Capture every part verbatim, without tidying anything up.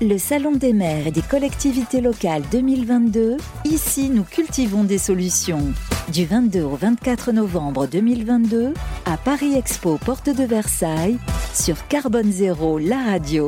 Le Salon des maires et des collectivités locales deux mille vingt-deux, ici nous cultivons des solutions. Du vingt-deux au vingt-quatre novembre deux mille vingt-deux, à Paris Expo, porte de Versailles, sur Carbone Zéro, la radio.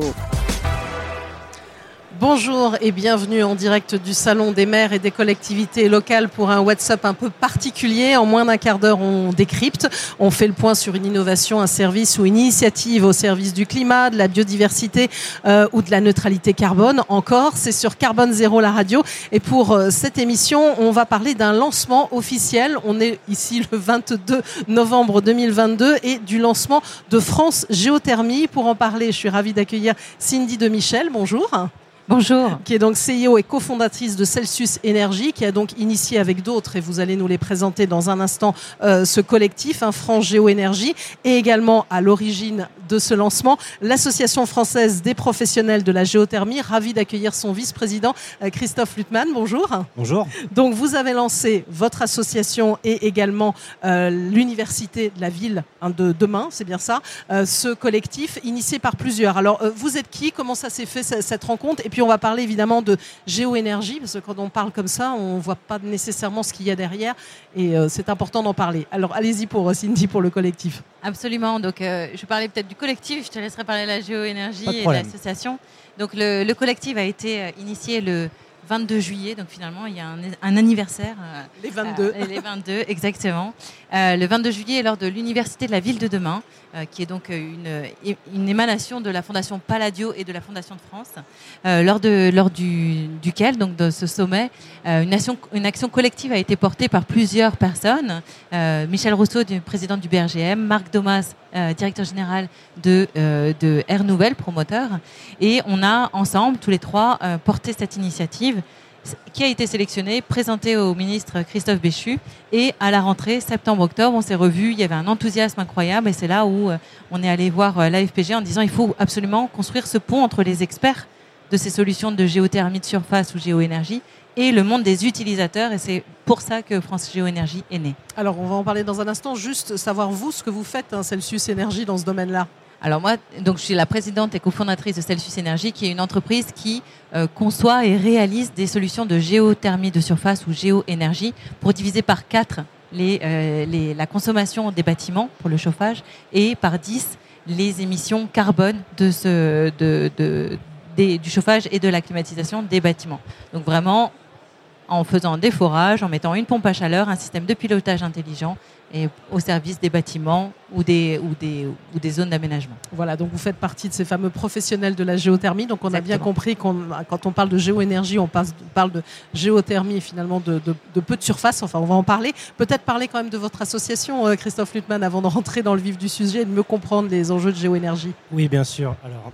Bonjour et bienvenue en direct du Salon des maires et des collectivités locales pour un WhatsApp un peu particulier. En moins d'un quart d'heure, on décrypte, on fait le point sur une innovation, un service ou une initiative au service du climat, de la biodiversité euh, ou de la neutralité carbone. Encore, c'est sur Carbone Zéro, la radio. Et pour euh, cette émission, on va parler d'un lancement officiel. On est ici le vingt-deux novembre deux mille vingt-deux et du lancement de France Géothermie. Pour en parler, je suis ravie d'accueillir Cindy Demichel. Bonjour. Bonjour. Qui est donc C E O et cofondatrice de Celsius Énergie, qui a donc initié avec d'autres, et vous allez nous les présenter dans un instant, euh, ce collectif, hein, France Géoénergie, et également à l'origine de ce lancement, l'Association française des professionnels de la géothermie. Ravi d'accueillir son vice-président, euh, Christophe Luttmann. Bonjour. Bonjour. Donc vous avez lancé votre association et également euh, l'université de la ville, hein, de demain, c'est bien ça, euh, ce collectif initié par plusieurs. Alors euh, vous êtes qui? Comment ça s'est fait cette rencontre? Et puis on va parler évidemment de géoénergie, parce que quand on parle comme ça, on ne voit pas nécessairement ce qu'il y a derrière, et euh, c'est important d'en parler. Alors allez-y pour Cindy, pour le collectif. Absolument, donc euh, je parlais peut-être du collectif, je te laisserai parler de la géoénergie et de l'association. Donc le, le collectif a été euh, initié le vingt-deux juillet, donc finalement il y a un, un anniversaire. Euh, les vingt-deux. Euh, les vingt-deux, exactement. Euh, le vingt-deux juillet, lors de l'université de la ville de demain, euh, qui est donc une, une émanation de la Fondation Palladio et de la Fondation de France, euh, lors, de, lors du, duquel, donc de ce sommet, euh, une, action, une action collective a été portée par plusieurs personnes. Euh, Michel Rousseau, du, président du B R G M, Marc Domas, euh, directeur général de, euh, de Air Nouvelle, promoteur, et on a ensemble, tous les trois, euh, porté cette initiative qui a été sélectionné, présenté au ministre Christophe Béchu, et à la rentrée septembre-octobre, on s'est revus, il y avait un enthousiasme incroyable, et c'est là où euh, on est allé voir euh, l'A F P G en disant il faut absolument construire ce pont entre les experts de ces solutions de géothermie de surface ou géoénergie et le monde des utilisateurs, et c'est pour ça que France Géoénergie est née. Alors on va en parler dans un instant, juste savoir vous ce que vous faites, hein, Celsius Énergie, dans ce domaine-là. Alors moi, donc je suis la présidente et cofondatrice de Celsius Énergie, qui est une entreprise qui euh, conçoit et réalise des solutions de géothermie de surface ou géoénergie pour diviser par quatre les, euh, les, la consommation des bâtiments pour le chauffage et par dix les émissions carbone de ce, de, de, des, du chauffage et de la climatisation des bâtiments. Donc vraiment, en faisant des forages, en mettant une pompe à chaleur, un système de pilotage intelligent et au service des bâtiments ou des, ou des, ou des zones d'aménagement. Voilà, donc vous faites partie de ces fameux professionnels de la géothermie. Donc on Exactement. a bien compris qu'on, quand on parle de géoénergie, on passe, parle de géothermie et finalement de, de, de peu de surface. Enfin, on va en parler. Peut-être parler quand même de votre association, euh, Christophe Luttmann, avant de rentrer dans le vif du sujet et de mieux comprendre les enjeux de géoénergie. Oui, bien sûr. Alors,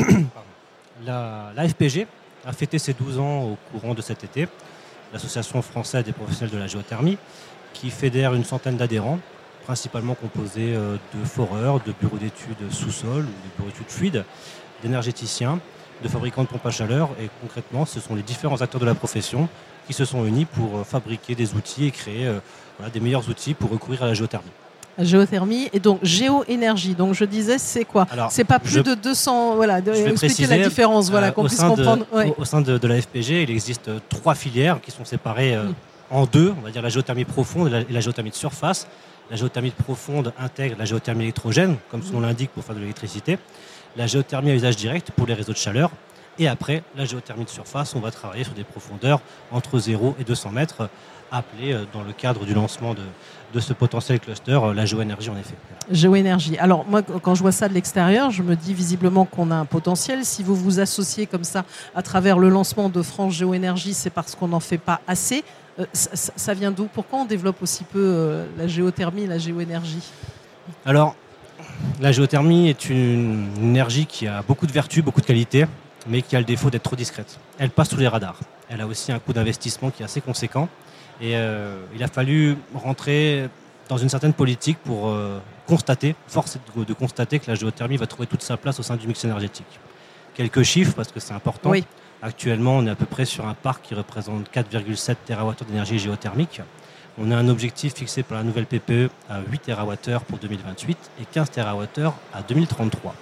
la, la F P G a fêté ses douze ans au courant de cet été. L'Association française des professionnels de la géothermie, qui fédère une centaine d'adhérents, principalement composés de foreurs, de bureaux d'études sous-sol ou de bureaux d'études fluides, d'énergéticiens, de fabricants de pompes à chaleur. Et concrètement, ce sont les différents acteurs de la profession qui se sont unis pour fabriquer des outils et créer euh, voilà, des meilleurs outils pour recourir à la géothermie. Géothermie et donc géoénergie. Donc je disais, c'est quoi? Alors, c'est pas plus je, de deux cents. Voilà, de, je vais expliquer préciser, la différence, voilà, euh, qu'on puisse comprendre. De, ouais. au, au sein de, de la F P G, il existe trois filières qui sont séparées euh, mm. en deux. On va dire la géothermie profonde et la, et la géothermie de surface. La géothermie profonde intègre la géothermie électrogène, comme son nom l'indique, pour faire de l'électricité. La géothermie à usage direct pour les réseaux de chaleur. Et après, la géothermie de surface, on va travailler sur des profondeurs entre zéro et deux cents mètres, appelées dans le cadre du lancement de, de ce potentiel cluster, la géoénergie en effet. Géoénergie. Alors moi, quand je vois ça de l'extérieur, je me dis visiblement qu'on a un potentiel. Si vous vous associez comme ça à travers le lancement de France Géoénergie, c'est parce qu'on n'en fait pas assez. Euh, ça, ça vient d'où? Pourquoi on développe aussi peu euh, la géothermie et la géoénergie? Alors, la géothermie est une énergie qui a beaucoup de vertus, beaucoup de qualités, mais qui a le défaut d'être trop discrète. Elle passe sous les radars. Elle a aussi un coût d'investissement qui est assez conséquent. Et euh, il a fallu rentrer dans une certaine politique pour euh, constater, force est de, de constater que la géothermie va trouver toute sa place au sein du mix énergétique. Quelques chiffres, parce que c'est important. Oui. Actuellement, on est à peu près sur un parc qui représente quatre virgule sept térawattheures d'énergie géothermique. On a un objectif fixé par la nouvelle P P E à huit térawattheures pour deux mille vingt-huit et quinze térawattheures à deux mille trente-trois.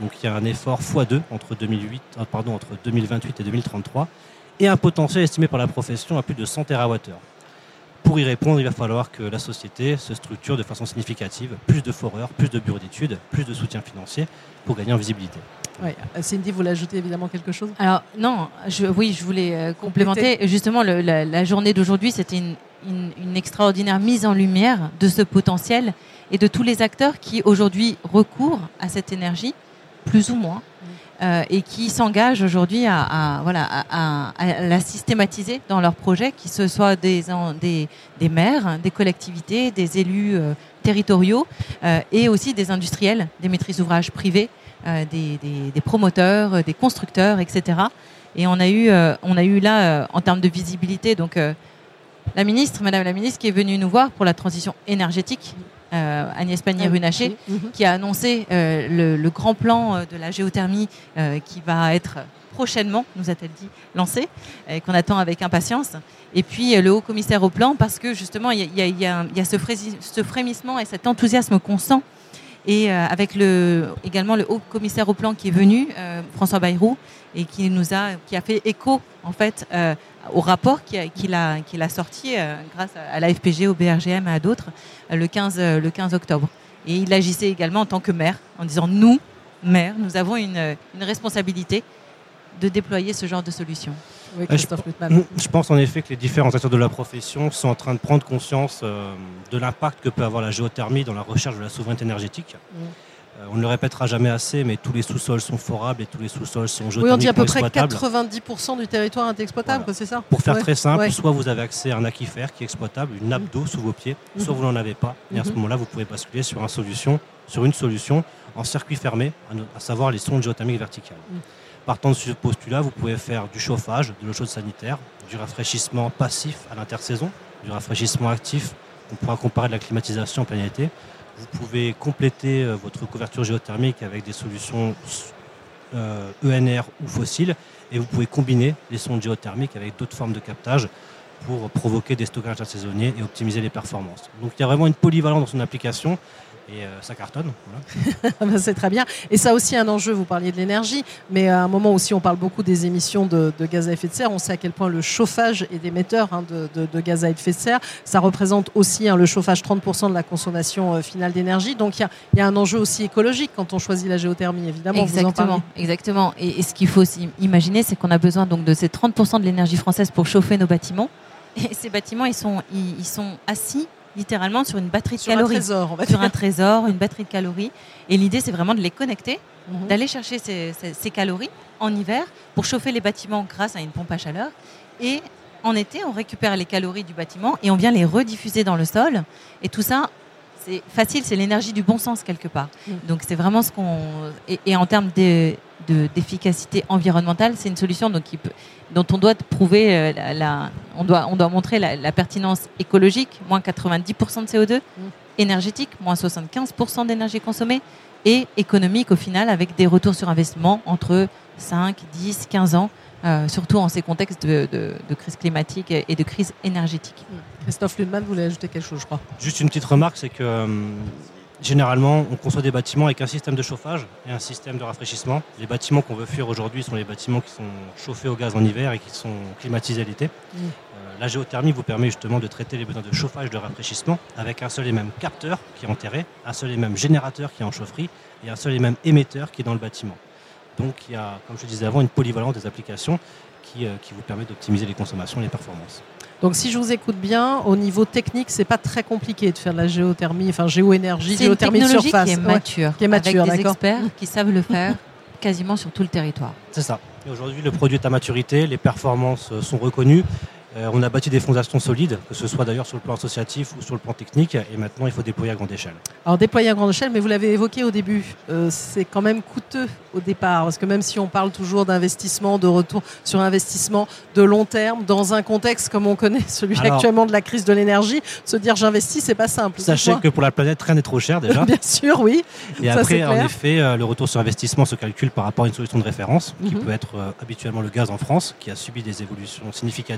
Donc il y a un effort fois deux entre, deux mille huit, pardon, entre deux mille vingt-huit et deux mille trente-trois, et un potentiel estimé par la profession à plus de cent térawattheures. Pour y répondre, il va falloir que la société se structure de façon significative, plus de foreurs, plus de bureaux d'études, plus de soutien financier pour gagner en visibilité. Oui. Cindy, vous voulez ajouter évidemment quelque chose ? Alors non, je, oui, je voulais euh, complémenter. Justement, le, la, la journée d'aujourd'hui, c'était une, une, une extraordinaire mise en lumière de ce potentiel et de tous les acteurs qui aujourd'hui recourent à cette énergie, plus ou moins, euh, et qui s'engagent aujourd'hui à, à, voilà, à, à, à la systématiser dans leurs projets, que ce soit des, des, des maires, des collectivités, des élus euh, territoriaux euh, et aussi des industriels, des maîtrises d'ouvrage privées, euh, des, des, des promoteurs, des constructeurs, et cetera. Et on a eu, euh, on a eu là, euh, en termes de visibilité, donc euh, la ministre, Madame la ministre, qui est venue nous voir pour la transition énergétique, euh, Agnès Pannier-Runacher, oui. qui a annoncé euh, le, le grand plan de la géothermie euh, qui va être prochainement, nous a-t-elle dit, lancé, et qu'on attend avec impatience. Et puis euh, le haut commissaire au plan, parce que justement, il y a, y a, y a ce, frési- ce frémissement et cet enthousiasme qu'on sent. Et euh, avec le, également le haut commissaire au plan qui est venu, euh, François Bayrou, et qui nous a, qui a fait écho en fait euh, au rapport qu'il a, qu'il a, qu'il a sorti euh, grâce à l'A F P G, au B R G M et à d'autres euh, le, quinze, euh, le quinze octobre. Et il agissait également en tant que maire, en disant nous, maires, nous avons une, une responsabilité de déployer ce genre de solution. Oui, Christophe Luttmann. Je pense en effet que les différents acteurs de la profession sont en train de prendre conscience euh, de l'impact que peut avoir la géothermie dans la recherche de la souveraineté énergétique. Mmh. Euh, on ne le répétera jamais assez, mais tous les sous-sols sont forables et tous les sous-sols sont géothermiquement exploitables. Oui, on dit à peu près quatre-vingt-dix pour cent du territoire est exploitable, voilà. C'est ça ? Pour faire ouais. très simple, ouais. soit vous avez accès à un aquifère qui est exploitable, une nappe d'eau sous vos pieds, mmh. soit vous n'en avez pas. Et mmh. à ce moment-là, vous pouvez basculer sur, un solution, sur une solution en circuit fermé, à savoir les sondes géothermiques verticales. Mmh. Partant de ce postulat, vous pouvez faire du chauffage, de l'eau chaude sanitaire, du rafraîchissement passif à l'intersaison, du rafraîchissement actif, on pourra comparer de la climatisation en plein été. Vous pouvez compléter votre couverture géothermique avec des solutions euh, E N R ou fossiles, et vous pouvez combiner les sondes géothermiques avec d'autres formes de captage pour provoquer des stockages intersaisonniers et optimiser les performances. Donc il y a vraiment une polyvalence dans son application. Et euh, ça cartonne. Voilà. C'est très bien. Et ça aussi un enjeu, vous parliez de l'énergie, mais à un moment aussi on parle beaucoup des émissions de, de gaz à effet de serre. On sait à quel point le chauffage est émetteur hein, de, de, de gaz à effet de serre. Ça représente aussi hein, le chauffage trente pour cent de la consommation euh, finale d'énergie. Donc il y, y a un enjeu aussi écologique quand on choisit la géothermie, évidemment. Exactement. Vous en exactement. Et, et ce qu'il faut aussi imaginer, c'est qu'on a besoin donc, de ces trente pour cent de l'énergie française pour chauffer nos bâtiments. Et ces bâtiments, ils sont, ils, ils sont assis littéralement sur une batterie de sur calories. Un trésor, on va sur dire. un trésor, une batterie de calories. Et l'idée, c'est vraiment de les connecter, mm-hmm. d'aller chercher ces, ces, ces calories en hiver pour chauffer les bâtiments grâce à une pompe à chaleur. Et en été, on récupère les calories du bâtiment et on vient les rediffuser dans le sol. Et tout ça, c'est facile, c'est l'énergie du bon sens quelque part. Mm. Donc c'est vraiment ce qu'on... Et, et en termes de, de, d'efficacité environnementale, c'est une solution donc, qui peut... dont on doit prouver, la, la, on, doit, on doit montrer la, la pertinence écologique, moins quatre-vingt-dix pour cent de C O deux, mmh. énergétique, moins soixante-quinze pour cent d'énergie consommée, et économique au final, avec des retours sur investissement entre cinq, dix, quinze ans, euh, surtout en ces contextes de, de, de crise climatique et de crise énergétique. Mmh. Christophe Luttmann voulait ajouter quelque chose, je crois. Juste une petite remarque, c'est que... Hum, généralement, on conçoit des bâtiments avec un système de chauffage et un système de rafraîchissement. Les bâtiments qu'on veut fuir aujourd'hui sont les bâtiments qui sont chauffés au gaz en hiver et qui sont climatisés l'été. Mmh. Euh, la géothermie vous permet justement de traiter les besoins de chauffage et de rafraîchissement avec un seul et même capteur qui est enterré, un seul et même générateur qui est en chaufferie et un seul et même émetteur qui est dans le bâtiment. Donc il y a, comme je disais avant, une polyvalence des applications qui, euh, qui vous permet d'optimiser les consommations et les performances. Donc si je vous écoute bien, au niveau technique, c'est pas très compliqué de faire de la géothermie, enfin géoénergie, c'est géothermie de surface. C'est une technologie qui est mature, ouais, qui est mature avec des d'accord. experts qui savent le faire quasiment sur tout le territoire. C'est ça. Et aujourd'hui, le produit est à maturité, les performances sont reconnues. Euh, on a bâti des fondations solides, que ce soit d'ailleurs sur le plan associatif ou sur le plan technique, et maintenant il faut déployer à grande échelle. Alors déployer à grande échelle, mais vous l'avez évoqué au début, euh, c'est quand même coûteux au départ, parce que même si on parle toujours d'investissement, de retour sur investissement de long terme, dans un contexte comme on connaît celui Alors, actuellement de la crise de l'énergie, se dire j'investis, c'est pas simple. Sachez que pour la planète, rien n'est trop cher déjà. Bien sûr, oui. Et ça, après, en effet, euh, le retour sur investissement se calcule par rapport à une solution de référence, qui mm-hmm. peut être euh, habituellement le gaz en France, qui a subi des évolutions significatives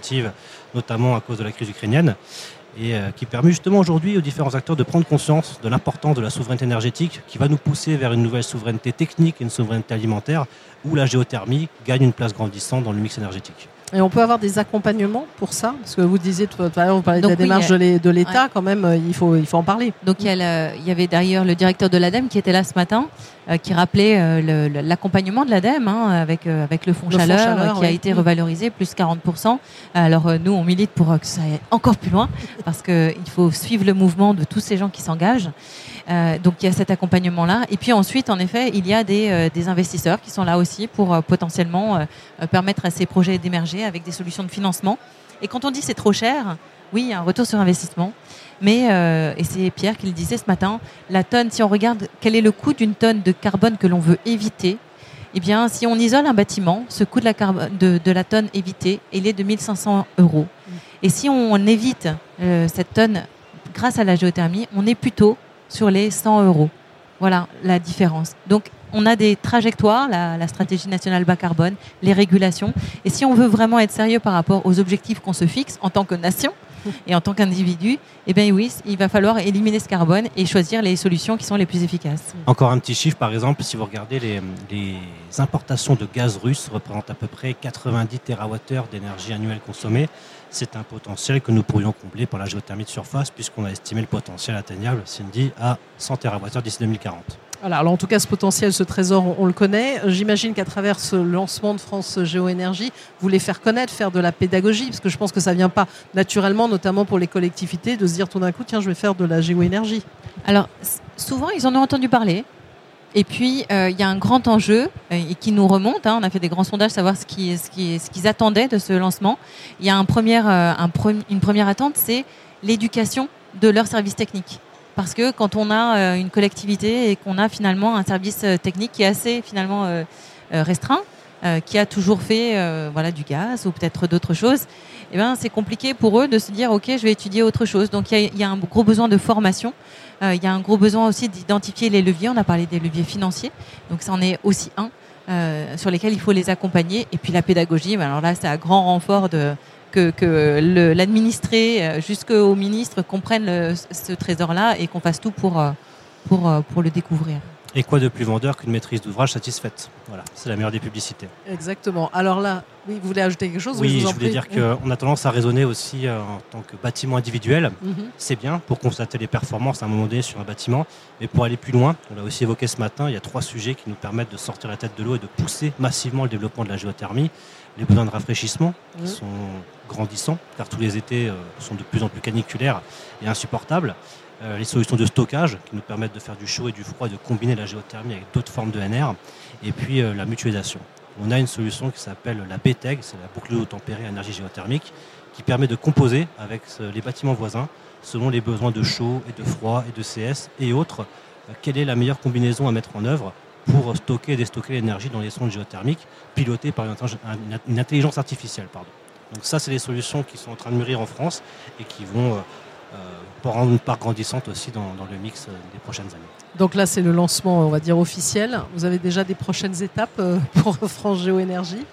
notamment à cause de la crise ukrainienne, et euh, qui permet justement aujourd'hui aux différents acteurs de prendre conscience de l'importance de la souveraineté énergétique, qui va nous pousser vers une nouvelle souveraineté technique et une souveraineté alimentaire, où la géothermie gagne une place grandissante dans le mix énergétique. Et on peut avoir des accompagnements pour ça? Parce que vous disiez tout à l'heure, vous parlez Donc, de la oui, démarche a... de l'État, ouais. quand même, il faut, il faut en parler. Donc il y, a le, il y avait d'ailleurs le directeur de l'ADEME qui était là ce matin, euh, qui rappelait euh, le, l'accompagnement de l'ADEME hein, avec, euh, avec le fonds le chaleur, fonds chaleur qui ouais. a été revalorisé, plus quarante pour cent. Alors euh, nous, on milite pour euh, que ça aille encore plus loin, parce qu'il faut suivre le mouvement de tous ces gens qui s'engagent. Euh, donc il y a cet accompagnement-là. Et puis ensuite, en effet, il y a des, euh, des investisseurs qui sont là aussi pour euh, potentiellement euh, permettre à ces projets d'émerger avec des solutions de financement. Et quand on dit c'est trop cher, oui, il y a un retour sur investissement. Mais, euh, et c'est Pierre qui le disait ce matin, la tonne, si on regarde quel est le coût d'une tonne de carbone que l'on veut éviter, eh bien, si on isole un bâtiment, ce coût de la, carbo- de, de la tonne évitée, il est de mille cinq cents euros. Et si on évite euh, cette tonne grâce à la géothermie, on est plutôt sur les cent euros. Voilà la différence. Donc, on a des trajectoires, la, la stratégie nationale bas carbone, les régulations. Et si on veut vraiment être sérieux par rapport aux objectifs qu'on se fixe en tant que nation et en tant qu'individu, eh bien oui, il va falloir éliminer ce carbone et choisir les solutions qui sont les plus efficaces. Encore un petit chiffre, par exemple, si vous regardez les, les importations de gaz russe représentent à peu près quatre-vingt-dix térawattheures d'énergie annuelle consommée. C'est un potentiel que nous pourrions combler par la géothermie de surface, puisqu'on a estimé le potentiel atteignable, Cindy, à cent térawattheures d'ici deux mille quarante. Voilà, alors en tout cas, ce potentiel, ce trésor, on, on le connaît. J'imagine qu'à travers ce lancement de France Géoénergie, vous voulez faire connaître, faire de la pédagogie, parce que je pense que ça ne vient pas naturellement, notamment pour les collectivités, de se dire tout d'un coup, tiens, je vais faire de la géoénergie. Alors, souvent, ils en ont entendu parler. Et puis, euh, il y a un grand enjeu euh, et qui nous remonte. Hein, on a fait des grands sondages, savoir ce, qui, ce, qui, ce qu'ils attendaient de ce lancement. Il y a un premier, euh, un pre- une première attente, c'est l'éducation de leurs services techniques. Parce que quand on a euh, une collectivité et qu'on a finalement un service euh, technique qui est assez finalement euh, euh, restreint, euh, qui a toujours fait euh, voilà, du gaz ou peut-être d'autres choses, eh ben, c'est compliqué pour eux de se dire « Ok, je vais étudier autre chose ». Donc, il y, y a un gros besoin de formation. Il euh, y a un gros besoin aussi d'identifier les leviers. On a parlé des leviers financiers. Donc, ça en est aussi un euh, sur lesquels il faut les accompagner. Et puis, la pédagogie, ben alors là, c'est à grand renfort de, que, que le, l'administré jusqu'au ministre comprenne le, ce trésor-là et qu'on fasse tout pour, pour, pour le découvrir. Et quoi de plus vendeur qu'une maîtrise d'ouvrage satisfaite? Voilà, c'est la meilleure des publicités. Exactement. Alors là, oui, vous voulez ajouter quelque chose? Oui, je, je vous en voulais prie. dire qu'on a tendance à raisonner aussi euh, en tant que bâtiment individuel. Mm-hmm. C'est bien pour constater les performances à un moment donné sur un bâtiment, mais pour aller plus loin, on l'a aussi évoqué ce matin, il y a trois sujets qui nous permettent de sortir la tête de l'eau et de pousser massivement le développement de la géothermie. Les besoins de rafraîchissement qui mmh. sont grandissants, car tous les étés euh, sont de plus en plus caniculaires et insupportables. Euh, les solutions de stockage qui nous permettent de faire du chaud et du froid et de combiner la géothermie avec d'autres formes de N R. Et puis euh, la mutualisation. On a une solution qui s'appelle la B T E G, c'est la boucle d'eau tempérée à énergie géothermique, qui permet de composer avec euh, les bâtiments voisins selon les besoins de chaud et de froid et de C S et autres. Euh, quelle est la meilleure combinaison à mettre en œuvre pour stocker et déstocker l'énergie dans les sondes géothermiques, pilotées par une intelligence artificielle. Pardon. Donc ça, c'est les solutions qui sont en train de mûrir en France et qui vont euh, prendre une part grandissante aussi dans, dans le mix des prochaines années. Donc là, c'est le lancement, on va dire, officiel. Vous avez déjà des prochaines étapes pour France Géoénergie?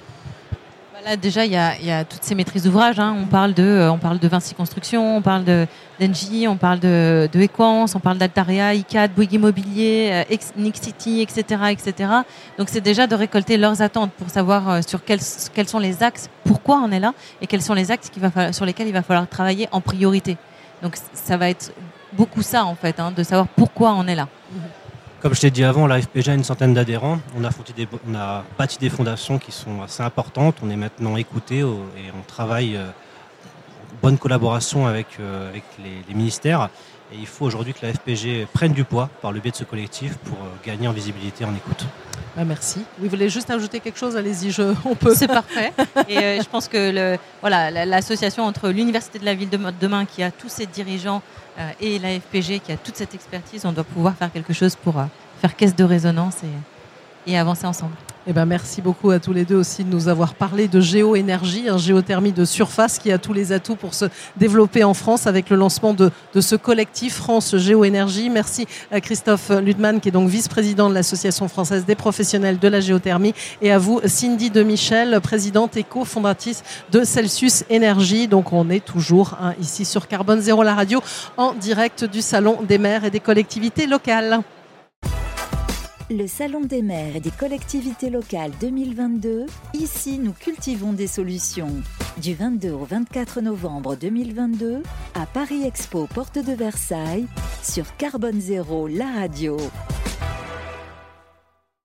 Là, déjà, il y a, y a toutes ces maîtrises d'ouvrage. Hein. On parle de, euh, on parle de Vinci Construction, on parle de d'Engie, on parle de, de Equance, on parle d'Altaria, I C A D, Bouygues Immobilier, euh, Nexity, et cetera, et cetera. Donc, c'est déjà de récolter leurs attentes pour savoir euh, sur quels, quels sont les axes, pourquoi on est là, et quels sont les axes qu'il va falloir, sur lesquels il va falloir travailler en priorité. Donc, ça va être beaucoup ça, en fait, hein, de savoir pourquoi on est là. Comme je t'ai dit avant, la F P G a une centaine d'adhérents. On a, des, on a bâti des fondations qui sont assez importantes. On est maintenant écoutés et on travaille en bonne collaboration avec, avec les, les ministères. Et il faut aujourd'hui que la F P G prenne du poids par le biais de ce collectif pour gagner en visibilité, en écoute. Ah, merci. Vous voulez juste ajouter quelque chose? Allez-y, je, on peut. C'est parfait. Et euh, je pense que le, voilà, l'association entre l'Université de la Ville de demain, qui a tous ses dirigeants, euh, et la F P G, qui a toute cette expertise, on doit pouvoir faire quelque chose pour euh, faire caisse de résonance et, et avancer ensemble. Eh ben, merci beaucoup à tous les deux aussi de nous avoir parlé de géoénergie, hein, géothermie de surface qui a tous les atouts pour se développer en France avec le lancement de, de ce collectif France Géoénergie. Merci à Christophe Ludman qui est donc vice-président de l'Association française des professionnels de la géothermie et à vous Cindy Demichel, présidente et cofondatrice de Celsius Énergie. Donc on est toujours hein, ici sur Carbone Zéro la radio en direct du Salon des maires et des collectivités locales. Le Salon des maires et des collectivités locales deux mille vingt-deux, ici nous cultivons des solutions. Du vingt-deux au vingt-quatre novembre deux mille vingt-deux, à Paris Expo, porte de Versailles, sur Carbone Zéro, la radio.